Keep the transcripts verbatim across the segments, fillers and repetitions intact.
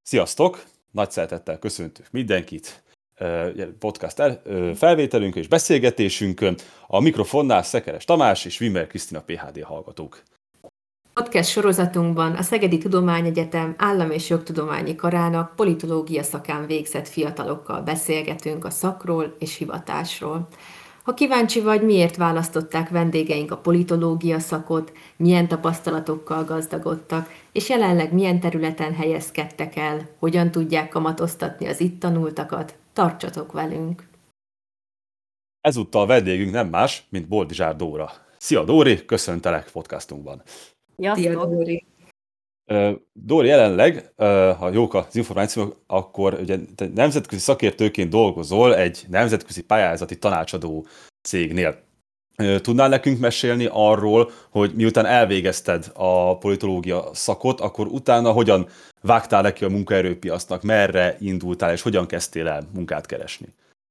Sziasztok! Nagy szeretettel köszöntök mindenkit podcast felvételünkön és beszélgetésünkön. A mikrofonnál Szekeres Tamás és Wimmer Krisztina pé há dé hallgatók. Podcast sorozatunkban a Szegedi Tudományegyetem Állam- és Jogtudományi Karának politológia szakán végzett fiatalokkal beszélgetünk a szakról és hivatásról. Ha kíváncsi vagy, miért választották vendégeink a politológia szakot, milyen tapasztalatokkal gazdagodtak, és jelenleg milyen területen helyezkedtek el, hogyan tudják kamatoztatni az itt tanultakat, tartsatok velünk! Ezúttal vendégünk nem más, mint Boldizsár Dóra. Szia Dóri, köszöntelek podcastunkban. Szia Dóri! Dóri, jelenleg, ha jók az információk, akkor ugye te nemzetközi szakértőként dolgozol egy nemzetközi pályázati tanácsadó cégnél. Tudnál nekünk mesélni arról, hogy miután elvégezted a politológia szakot, akkor utána hogyan vágtál neki a munkaerőpiacnak, merre indultál, és hogyan kezdtél el munkát keresni?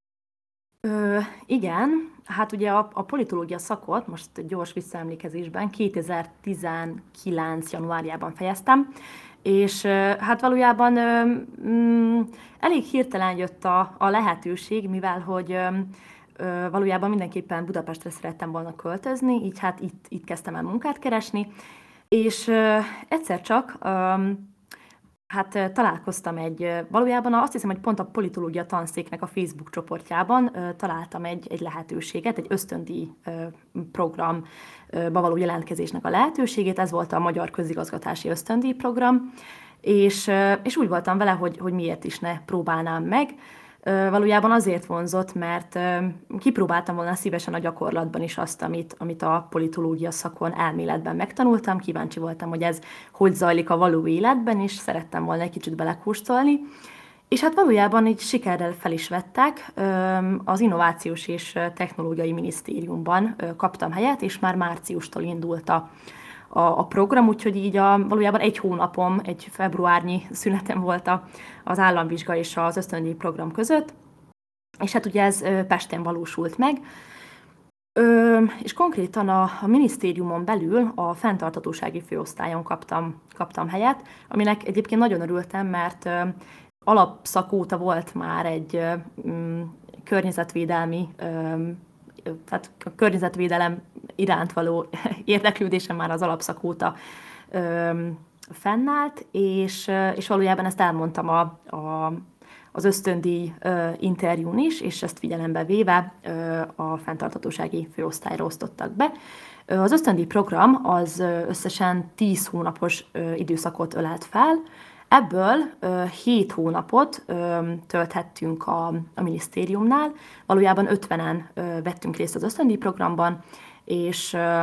Ö, igen, hát ugye a, a politológia szakot most gyors visszaemlékezésben kétezer-tizenkilenc januárjában fejeztem, és hát valójában mm, elég hirtelen jött a, a lehetőség, mivel hogy ö, valójában mindenképpen Budapestre szerettem volna költözni, így hát itt, itt kezdtem el munkát keresni, és ö, egyszer csak ö, Hát találkoztam egy, valójában azt hiszem, hogy pont a politológia tanszéknek a Facebook csoportjában találtam egy, egy lehetőséget, egy ösztöndíj programba való jelentkezésnek a lehetőségét, ez volt a Magyar Közigazgatási Ösztöndíj program, és, és úgy voltam vele, hogy, hogy miért is ne próbálnám meg. Valójában azért vonzott, mert kipróbáltam volna szívesen a gyakorlatban is azt, amit, amit a politológia szakon elméletben megtanultam. Kíváncsi voltam, hogy ez hogy zajlik a való életben, és szerettem volna egy kicsit belekóstolni. És hát valójában így sikerrel fel is vettek. Az Innovációs és Technológiai Minisztériumban kaptam helyet, és már márciustól indult a A, a program, úgyhogy így a, valójában egy hónapom, egy februárnyi szünetem volt a, az államvizsga és az ösztöndíj program között, és hát ugye ez Pesten valósult meg, Ö, és konkrétan a, a minisztériumon belül a fenntarthatósági főosztályon kaptam, kaptam helyet, aminek egyébként nagyon örültem, mert ö, alapszak óta volt már egy ö, környezetvédelmi ö, tehát a környezetvédelem iránt való érdeklődésem már az alapszak óta ö, fennállt, és, és valójában ezt elmondtam a, a, az ösztöndíj ö, interjún is, és ezt figyelembe véve ö, a fenntarthatósági főosztályra osztottak be. Az ösztöndíj program az összesen tíz hónapos ö, időszakot ölelt fel, ebből ö, hét hónapot ö, tölthettünk a, a minisztériumnál, valójában ötvenen ö, vettünk részt az ösztöndíj programban, és ö,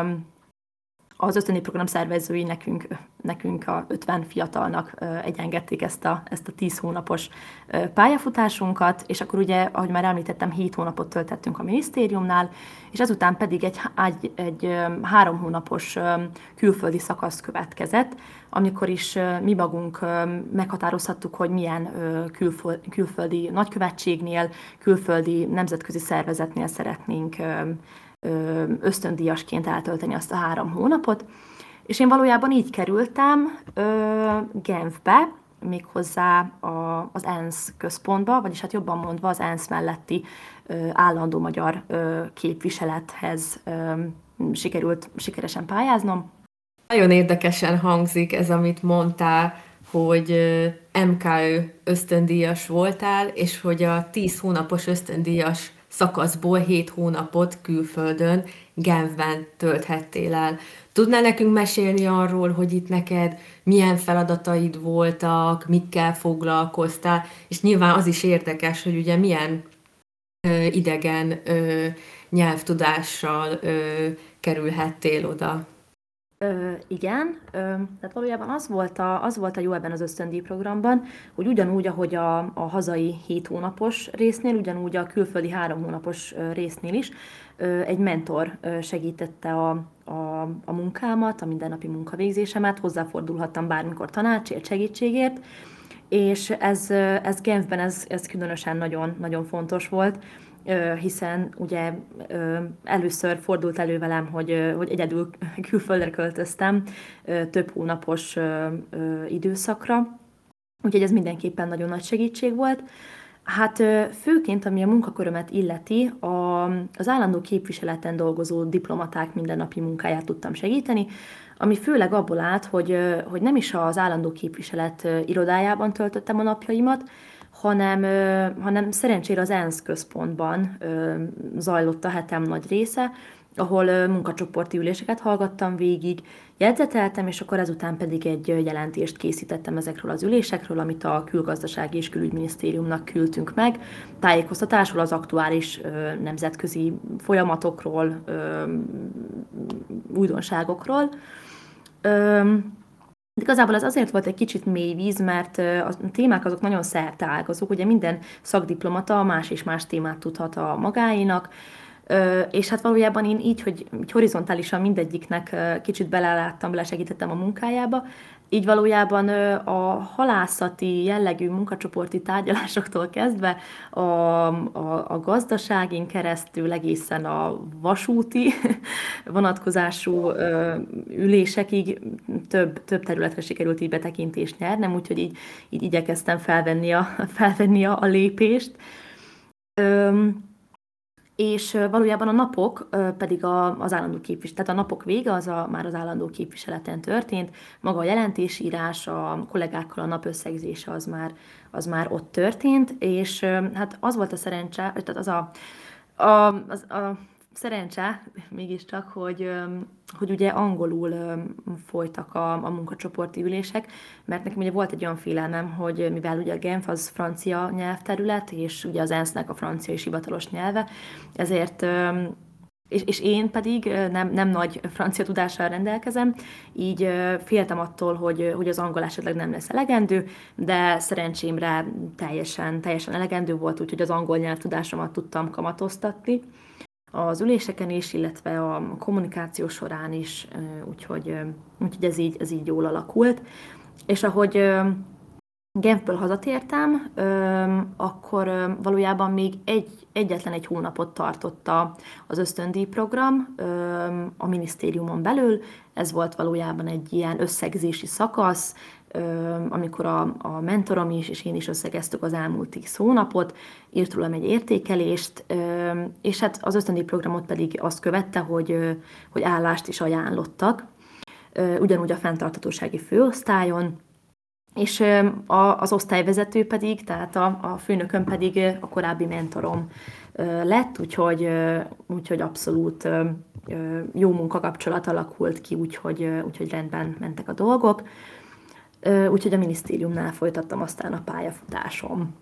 az ösztöndíj program szervezői nekünk, nekünk a ötven fiatalnak ö, egyengedték ezt a, ezt a tíz hónapos ö, pályafutásunkat, és akkor ugye, ahogy már említettem, hét hónapot töltettünk a minisztériumnál, és ezután pedig egy, egy, egy ö, három hónapos ö, külföldi szakasz következett, amikor is ö, mi magunk ö, meghatározhattuk, hogy milyen ö, külföldi, külföldi nagykövetségnél, külföldi nemzetközi szervezetnél szeretnénk ö, ösztöndíjasként eltölteni azt a három hónapot, és én valójában így kerültem ö, Genfbe, méghozzá a, az ENSZ központba, vagyis hát jobban mondva az ENSZ melletti ö, állandó magyar ö, képviselethez ö, sikerült sikeresen pályáznom. Nagyon érdekesen hangzik ez, amit mondtál, hogy em ká ö ösztöndíjas voltál, és hogy a tíz hónapos ösztöndíjas szakaszból hét hónapot külföldön, Genfben tölthettél el. Tudnál nekünk mesélni arról, hogy itt neked milyen feladataid voltak, mikkel foglalkoztál, és nyilván az is érdekes, hogy ugye milyen ö, idegen ö, nyelvtudással ö, kerülhettél oda. Ö, igen, ö, tehát valójában az volt, a, az volt a jó ebben az ösztöndíj programban, hogy ugyanúgy, ahogy a, a hazai hét hónapos résznél, ugyanúgy a külföldi három hónapos résznél is ö, egy mentor segítette a, a, a munkámat, a mindennapi munkavégzésemet, hozzáfordulhattam bármikor tanácsért, segítségért, és ez, ez Genfben ez, ez különösen nagyon, nagyon fontos volt, hiszen ugye először fordult elő velem, hogy, hogy egyedül külföldre költöztem több hónapos időszakra, úgyhogy ez mindenképpen nagyon nagy segítség volt. Hát főként, ami a munkakörömet illeti, a, az állandó képviseleten dolgozó diplomaták mindennapi munkáját tudtam segíteni, ami főleg abból állt, hogy, hogy nem is az állandó képviselet irodájában töltöttem a napjaimat, hanem, hanem szerencsére az ENSZ központban zajlott a hetem nagy része, ahol munkacsoporti üléseket hallgattam végig, jegyzeteltem, és akkor ezután pedig egy jelentést készítettem ezekről az ülésekről, amit a Külgazdasági és Külügyminisztériumnak küldtünk meg, tájékoztatásról, az aktuális ö, nemzetközi folyamatokról, ö, újdonságokról. Ö, Igazából ez azért volt egy kicsit mély víz, mert a témák azok nagyon szerteágazók, ugye minden szakdiplomata más és más témát tudhat a magáénak, és hát valójában én így, hogy így horizontálisan mindegyiknek kicsit beleláttam, belesegítettem a munkájába, így valójában a halászati jellegű munkacsoporti tárgyalásoktól kezdve a, a, a gazdaságin keresztül egészen a vasúti vonatkozású ülésekig több, több területre sikerült így betekintést nyernem, úgyhogy így, így igyekeztem felvenni a, felvenni a, a lépést. És valójában a napok pedig az állandó képviselet, tehát a napok vége az a, már az állandó képviseleten történt, maga a jelentésírás, a kollégákkal a nap összegzése az már, az már ott történt, és hát az volt a szerencse, tehát az a, a, az a szerencse mégiscsak, hogy, hogy ugye angolul folytak a, a munkacsoporti ülések, mert nekem ugye volt egy olyan félelmem, hogy mivel ugye a Genf az francia nyelvterület, és ugye az ENSZ-nek a francia is hivatalos nyelve, ezért, és, és én pedig nem, nem nagy francia tudással rendelkezem, így féltem attól, hogy, hogy az angol esetleg nem lesz elegendő, de szerencsémre teljesen, teljesen elegendő volt, úgyhogy az angol nyelvtudásomat tudtam kamatoztatni az üléseken is, illetve a kommunikáció során is, úgyhogy, úgyhogy ez, így, ez így jól alakult. És ahogy Genfből hazatértem, akkor valójában még egy, egyetlen egy hónapot tartotta az ösztöndíj program a minisztériumon belül. Ez volt valójában egy ilyen összegzési szakasz, amikor a, a mentorom is, és én is összegeztük az elmúlt tíz hónapot, írt rólam egy értékelést, és hát az ösztöndíj programot pedig azt követte, hogy, hogy állást is ajánlottak, ugyanúgy a fenntarthatósági főosztályon, és az osztályvezető pedig, tehát a, a főnököm pedig a korábbi mentorom lett, úgyhogy, úgyhogy abszolút jó munkakapcsolat alakult ki, úgyhogy, úgyhogy rendben mentek a dolgok. Úgyhogy a minisztériumnál folytattam aztán a pályafutásom.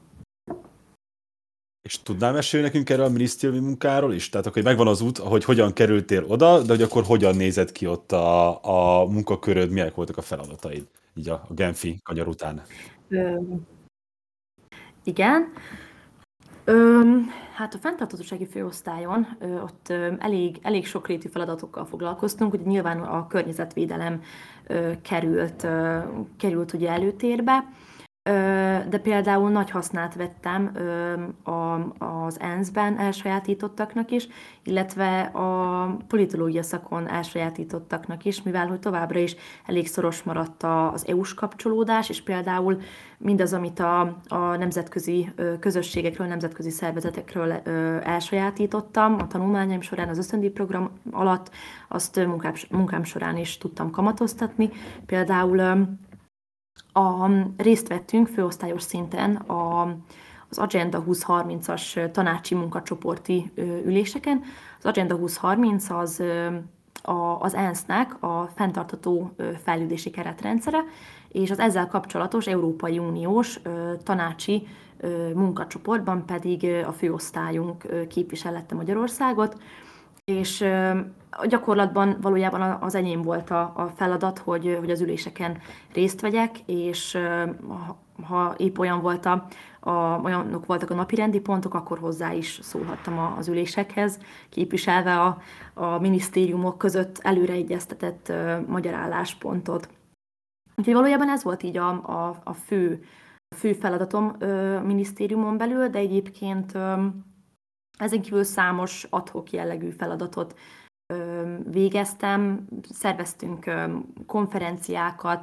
És tudnál mesélni nekünk erről a minisztériumi munkáról is? Tehát akkor megvan az út, hogy hogyan kerültél oda, de hogy akkor hogyan nézett ki ott a, a munkaköröd, milyenek voltak a feladataid, így a, a genfi kanyar után? Ö, igen. Ö, hát a fenntarthatósági főosztályon ö, ott ö, elég, elég sokrétű feladatokkal foglalkoztunk, ugye nyilván a környezetvédelem ö, került, ö, került ugye előtérbe, ö, de például nagy hasznát vettem ö, a, az ENSZ-ben elsajátítottaknak is, illetve a politológia szakon elsajátítottaknak is, mivel hogy továbbra is elég szoros maradt az é u-s kapcsolódás, és például mindaz, amit a, a nemzetközi közösségekről, nemzetközi szervezetekről elsajátítottam a tanulmányaim során, az ösztöndíj program alatt, azt munkám, munkám során is tudtam kamatoztatni. Például a, részt vettünk főosztályos szinten a, az Agenda húsz-harmincas tanácsi munkacsoporti üléseken. Az Agenda húsz-harminc az a, az ENSZ-nek a fenntartható fejlődési keretrendszere, és az ezzel kapcsolatos Európai Uniós tanácsi munkacsoportban pedig a főosztályunk képviselette Magyarországot, és a gyakorlatban valójában az enyém volt a, a feladat, hogy, hogy az üléseken részt vegyek, és ha épp olyan volt a, a, olyanok voltak a napirendi pontok, akkor hozzá is szólhattam az ülésekhez, képviselve a, a minisztériumok között előreegyeztetett uh, magyar álláspontot. Úgyhogy valójában ez volt így a, a, a fő, a fő feladatom uh, minisztériumon belül, de egyébként um, ezen kívül számos ad hoc jellegű feladatot um, végeztem, szerveztünk um, konferenciákat,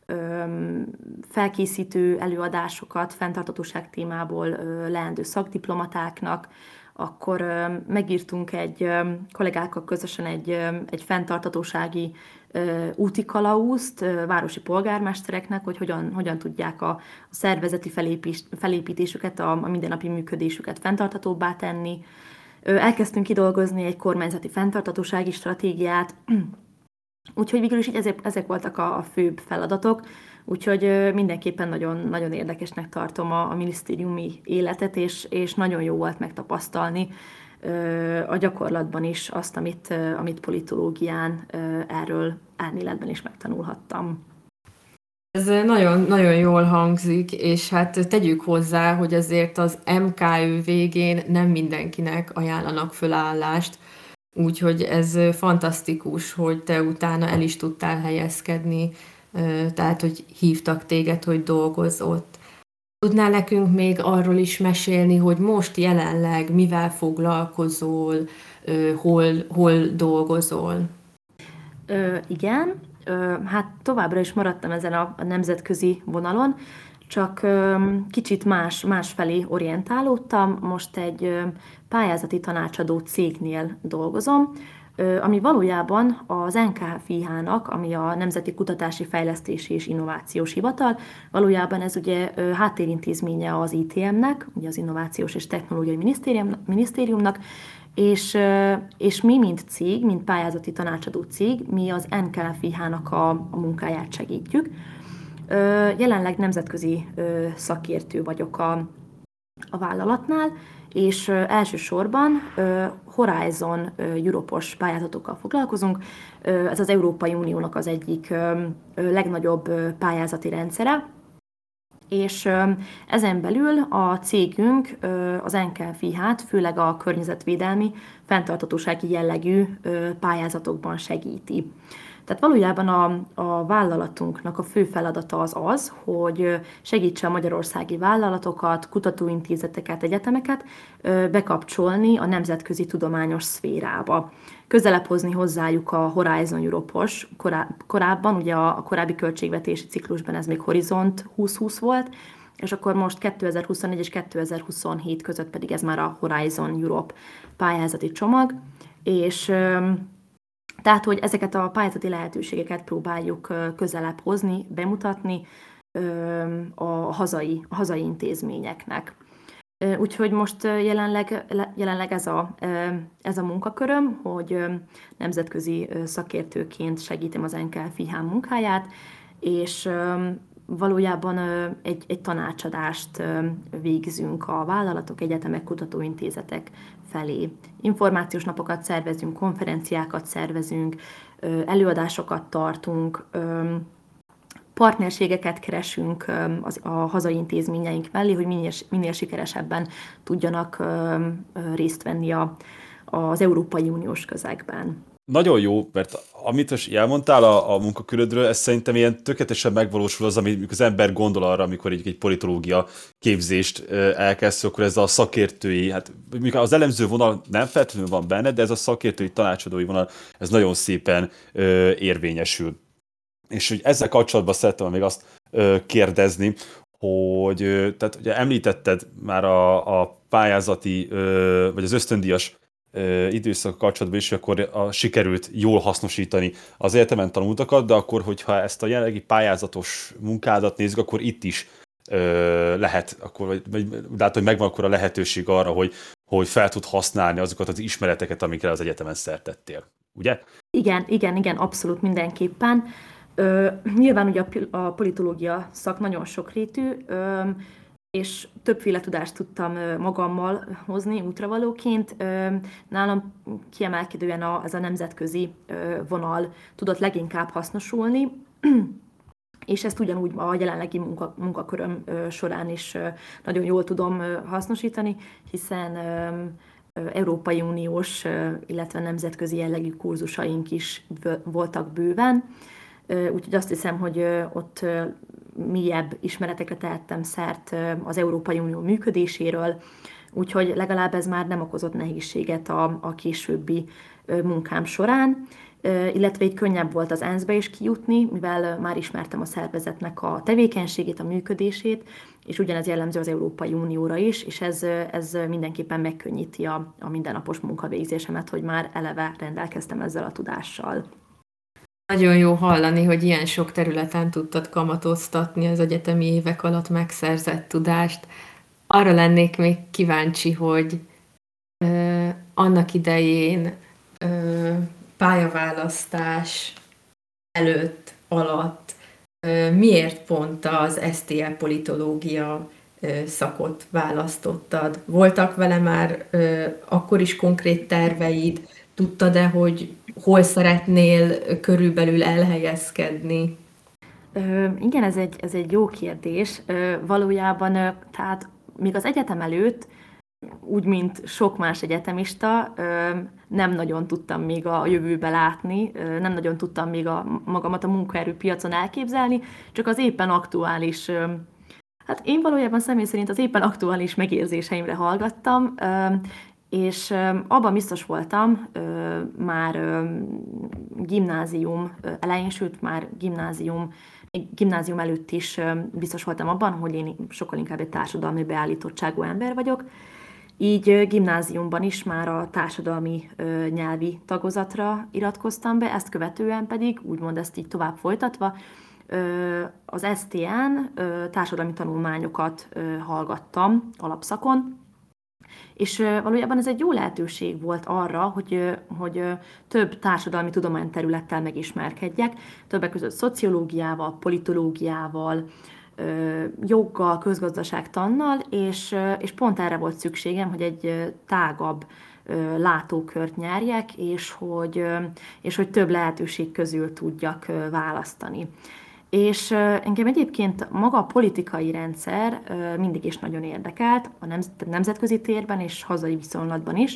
felkészítő előadásokat fenntarthatóság témából leendő szakdiplomatáknak, akkor megírtunk egy kollégákkal közösen egy, egy fenntarthatósági úti kalauzt városi polgármestereknek, hogy hogyan, hogyan tudják a, a szervezeti felépés, felépítésüket, a, a mindennapi működésüket fenntarthatóbbá tenni. Elkezdtünk kidolgozni egy kormányzati fenntarthatósági stratégiát, úgyhogy végül is így ezek, ezek voltak a, a főbb feladatok, úgyhogy mindenképpen nagyon, nagyon érdekesnek tartom a, a minisztériumi életet, és, és nagyon jó volt megtapasztalni a gyakorlatban is azt, amit, amit politológián erről elméletben is megtanulhattam. Ez nagyon, nagyon jól hangzik, és hát tegyük hozzá, hogy azért az em ká ö végén nem mindenkinek ajánlanak fölállást, úgyhogy ez fantasztikus, hogy te utána el is tudtál helyezkedni, tehát hogy hívtak téged, hogy dolgozz ott. Tudnál nekünk még arról is mesélni, hogy most jelenleg mivel foglalkozol, hol, hol dolgozol? Ö, igen, ö, hát továbbra is maradtam ezen a, a nemzetközi vonalon, csak ö, kicsit más, más felé orientálódtam. Most egy ö, pályázati tanácsadó cégnél dolgozom, ö, ami valójában az en ká ef i há-nak, ami a Nemzeti Kutatási Fejlesztési és Innovációs Hivatal, valójában ez ugye ö, háttérintézménye az i té em-nek, ugye az Innovációs és Technológiai Minisztérium, Minisztériumnak, És, és mi, mint cég, mint pályázati tanácsadó cég, mi az en ká ef i há-nak a, a munkáját segítjük. Jelenleg nemzetközi szakértő vagyok a, a vállalatnál, és elsősorban Horizon Europe-os pályázatokkal foglalkozunk. Ez az Európai Uniónak az egyik legnagyobb pályázati rendszere, és ezen belül a cégünk az en ká ef i há-t főleg a környezetvédelmi, fenntarthatósági jellegű pályázatokban segíti. Tehát valójában a, a vállalatunknak a fő feladata az az, hogy segítse a magyarországi vállalatokat, kutatóintézeteket, egyetemeket bekapcsolni a nemzetközi tudományos szférába. Közelebb hozni hozzájuk a Horizon Europe-os, korábban, ugye a korábbi költségvetési ciklusban ez még Horizont húsz-húsz volt, és akkor most kétezer-huszonnégy és kétezer-huszonhét között pedig ez már a Horizon Europe pályázati csomag, és tehát, hogy ezeket a pályázati lehetőségeket próbáljuk közelebb hozni, bemutatni a hazai, a hazai intézményeknek. Úgyhogy most jelenleg, jelenleg ez, a, ez a munkaköröm, hogy nemzetközi szakértőként segítem az en ká ef i há munkáját, és valójában egy, egy tanácsadást végzünk a vállalatok, egyetemek, kutatóintézetek felé. Információs napokat szervezünk, konferenciákat szervezünk, előadásokat tartunk, partnerségeket keresünk a hazai intézményeink mellé, hogy minél, minél sikeresebben tudjanak részt venni a, az Európai Uniós közegben. Nagyon jó, mert amit most elmondtál a, a munkakörödről, ez szerintem ilyen tökéletesen megvalósul az, amit az ember gondol arra, amikor egy, egy politológia képzést elkezd, akkor ez a szakértői, hát az elemző vonal nem feltétlenül van benne, de ez a szakértői tanácsadói vonal, ez nagyon szépen ö, érvényesül. És hogy ezzel kapcsolatban szerettem még azt ö, kérdezni, hogy ö, tehát ugye említetted már a, a pályázati, ö, vagy az ösztöndíjas időszak kapcsolatban is, akkor a, sikerült jól hasznosítani az egyetemen tanultakat, de akkor, hogyha ezt a jelenlegi pályázatos munkádat nézzük, akkor itt is ö, lehet, akkor, vagy, vagy lehet, hogy megvan akkor a lehetőség arra, hogy, hogy fel tud használni azokat az ismereteket, amikre az egyetemen szert tettél. Ugye? Igen, igen, igen, abszolút mindenképpen. Ö, nyilván ugye a, a politológia szak nagyon sokrétű, ö, és többféle tudást tudtam magammal hozni útravalóként. Nálam kiemelkedően a, ez a nemzetközi vonal tudott leginkább hasznosulni, és ezt ugyanúgy a jelenlegi munka, munkaköröm során is nagyon jól tudom hasznosítani, hiszen Európai Uniós, illetve nemzetközi jellegű kurzusaink is voltak bőven. Úgyhogy azt hiszem, hogy ott mélyebb ismeretekre tehettem szert az Európai Unió működéséről, úgyhogy legalább ez már nem okozott nehézséget a, a későbbi munkám során. illetve így könnyebb volt az ENSZ-be is kijutni, mivel már ismertem a szervezetnek a tevékenységét, a működését, és ugyanez jellemző az Európai Unióra is, és ez, ez mindenképpen megkönnyíti a, a mindennapos munkavégzésemet, hogy már eleve rendelkeztem ezzel a tudással. Nagyon jó hallani, hogy ilyen sok területen tudtad kamatoztatni az egyetemi évek alatt megszerzett tudást. Arra lennék még kíváncsi, hogy ö, annak idején ö, pályaválasztás előtt, alatt ö, miért pont az es té e politológia ö, szakot választottad? Voltak vele már ö, akkor is konkrét terveid? Tudtad-e, hogy hol szeretnél körülbelül elhelyezkedni? Ö, igen, ez egy, ez egy jó kérdés. Ö, valójában, ö, tehát még az egyetem előtt, úgy, mint sok más egyetemista, ö, nem nagyon tudtam még a jövőbe látni, ö, nem nagyon tudtam még a, magamat a munkaerőpiacon elképzelni, csak az éppen aktuális, ö, hát én valójában személy szerint az éppen aktuális megérzéseimre hallgattam, ö, és abban biztos voltam már gimnázium elején, sőt már gimnázium, gimnázium előtt is biztos voltam abban, hogy én sokkal inkább egy társadalmi beállítottságú ember vagyok. Így gimnáziumban is már a társadalmi nyelvi tagozatra iratkoztam be, ezt követően pedig, úgymond ezt így tovább folytatva, az es té en társadalmi tanulmányokat hallgattam alapszakon, és valójában ez egy jó lehetőség volt arra, hogy, hogy több társadalmi tudományterülettel megismerkedjek, többek között szociológiával, politológiával, joggal, közgazdaságtannal, és, és pont erre volt szükségem, hogy egy tágabb látókört nyerjek, és hogy, és hogy több lehetőség közül tudjak választani. És engem egyébként maga a politikai rendszer mindig is nagyon érdekelt, a nemzetközi térben és hazai viszonylatban is,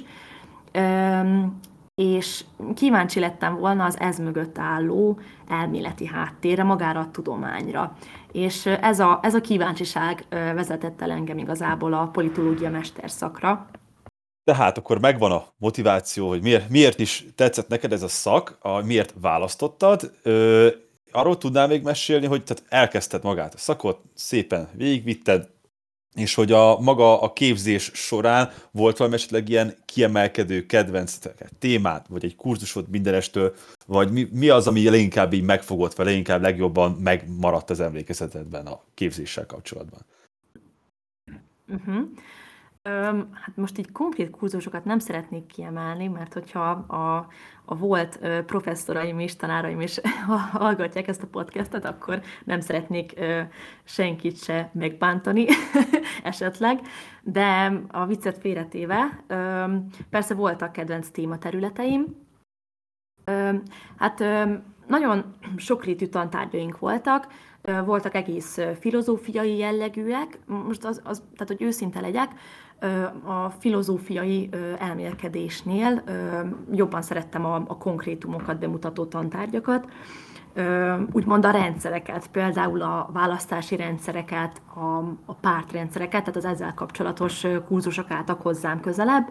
és kíváncsi lettem volna az ez mögött álló elméleti háttérre, magára a tudományra. És ez a, ez a kíváncsiság vezetett el engem igazából a politológia mesterszakra. Tehát akkor megvan a motiváció, hogy miért, miért is tetszett neked ez a szak, a, miért választottad. Ö, arról tudnál még mesélni, hogy tehát elkezdted magát a szakot, szépen végigvitted, és hogy a maga a képzés során volt valami esetleg ilyen kiemelkedő kedvenc témát, vagy egy kurzusod mindenestől, vagy mi, mi az, ami leginkább így megfogott, vagy leginkább legjobban megmaradt az emlékezetedben a képzéssel kapcsolatban? Uh-huh. Öm, hát most így konkrét kurzusokat nem szeretnék kiemelni, mert hogyha a, a volt ö, professzoraim és tanáraim is hallgatják ezt a podcastet, akkor nem szeretnék ö, senkit se megbántani esetleg, de a viccet félretéve, ö, persze voltak kedvenc tématerületeim. Ö, hát ö, nagyon sokrétű tantárgyaink voltak, ö, voltak egész filozófiai jellegűek, most az, az, tehát hogy őszinte legyek, a filozófiai elmélkedésnél jobban szerettem a, a konkrétumokat bemutató tantárgyakat, úgymond a rendszereket, például a választási rendszereket, a, a pártrendszereket, tehát az ezzel kapcsolatos kurzusok álltak hozzám közelebb,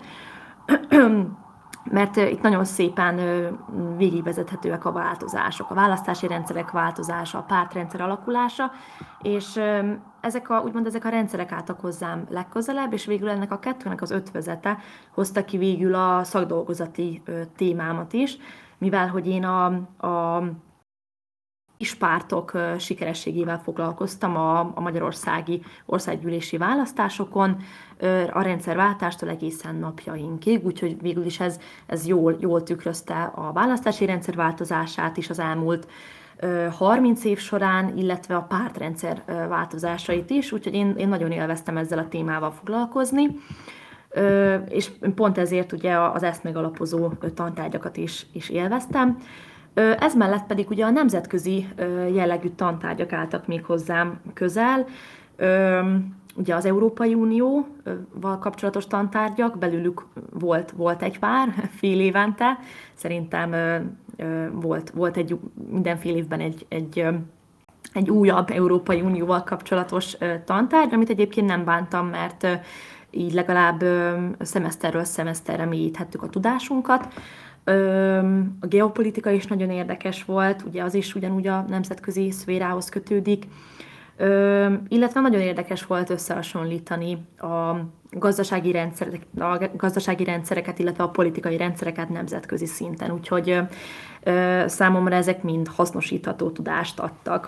mert itt nagyon szépen végigvezethetőek a változások, a választási rendszerek változása, a pártrendszer alakulása, és ezek a, úgymond ezek a rendszerek álltak hozzám legközelebb, és végül ennek a kettőnek az ötvözete hozta ki végül a szakdolgozati témámat is, mivel hogy én a, a kispártok sikerességével foglalkoztam a, a magyarországi országgyűlési választásokon, a rendszerváltástól egészen napjainkig, úgyhogy végül is ez, ez jól, jól tükrözte a választási rendszer változását is az elmúlt harminc év során, illetve a pártrendszer változásait is, úgyhogy én, én nagyon élveztem ezzel a témával foglalkozni, és pont ezért ugye az ezt megalapozó tantárgyakat is, is élveztem. Ez mellett pedig ugye a nemzetközi jellegű tantárgyak álltak még hozzám közel, ugye az Európai Unióval kapcsolatos tantárgyak, belőlük volt, volt egy pár, fél évente, szerintem volt, volt egy, minden fél évben egy, egy, egy újabb Európai Unióval kapcsolatos tantárgy, amit egyébként nem bántam, mert így legalább szemeszterről szemeszterre mélyíthettük a tudásunkat. A geopolitika is nagyon érdekes volt, ugye az is ugyanúgy a nemzetközi szférához kötődik, illetve nagyon érdekes volt összehasonlítani a gazdasági, rendszerek, a gazdasági rendszereket, illetve a politikai rendszereket nemzetközi szinten, úgyhogy számomra ezek mind hasznosítható tudást adtak.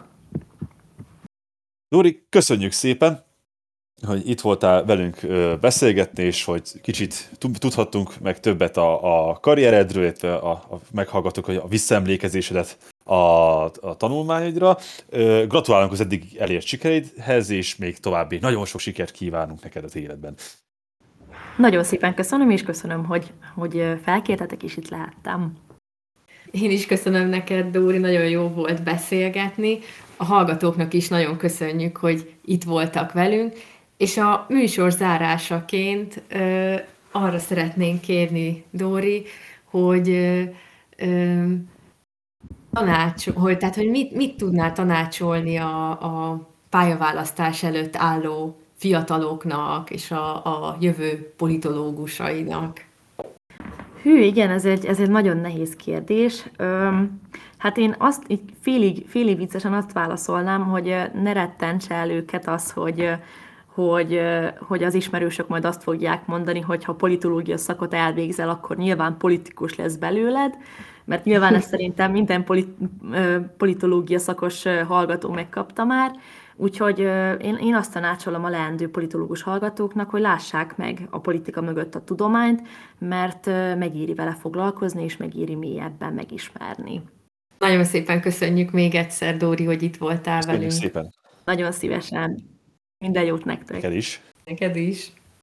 Dóri, köszönjük szépen, hogy itt voltál velünk beszélgetni, és hogy kicsit tudhattunk meg többet a, a karrieredről, illetve a, a, meghallgattuk hogy a visszaemlékezésedet a, a tanulmányodra. Gratulálunk az eddig elért sikereidhez, és még további nagyon sok sikert kívánunk neked az életben. Nagyon szépen köszönöm, és köszönöm, hogy, hogy felkértetek, és itt lehettem. Én is köszönöm neked, Dóri, nagyon jó volt beszélgetni. A hallgatóknak is nagyon köszönjük, hogy itt voltak velünk, és a műsor zárásaként ö, arra szeretnénk kérni, Dóri, hogy ö, ö, tanács, hogy, tehát, hogy mit, mit tudnál tanácsolni a, a pályaválasztás előtt álló fiataloknak és a, a jövő politológusainak? Hű, igen, ez egy, ez egy nagyon nehéz kérdés. Öm, hát én azt így félig, félig viccesen azt válaszolnám, hogy ne rettentse el őket az, hogy, hogy, hogy az ismerősök majd azt fogják mondani, hogy ha politológia szakot elvégzel, akkor nyilván politikus lesz belőled, mert nyilván ezt szerintem minden polit, politológia szakos hallgató megkapta már. Úgyhogy én, én azt tanácsolom a leendő politológus hallgatóknak, hogy lássák meg a politika mögött a tudományt, mert megéri vele foglalkozni, és megéri mélyebben megismerni. Nagyon szépen köszönjük még egyszer, Dóri, hogy itt voltál Köszönjük velünk. Szépen. Nagyon szívesen. Minden jót nektek. Neked is. Neked is.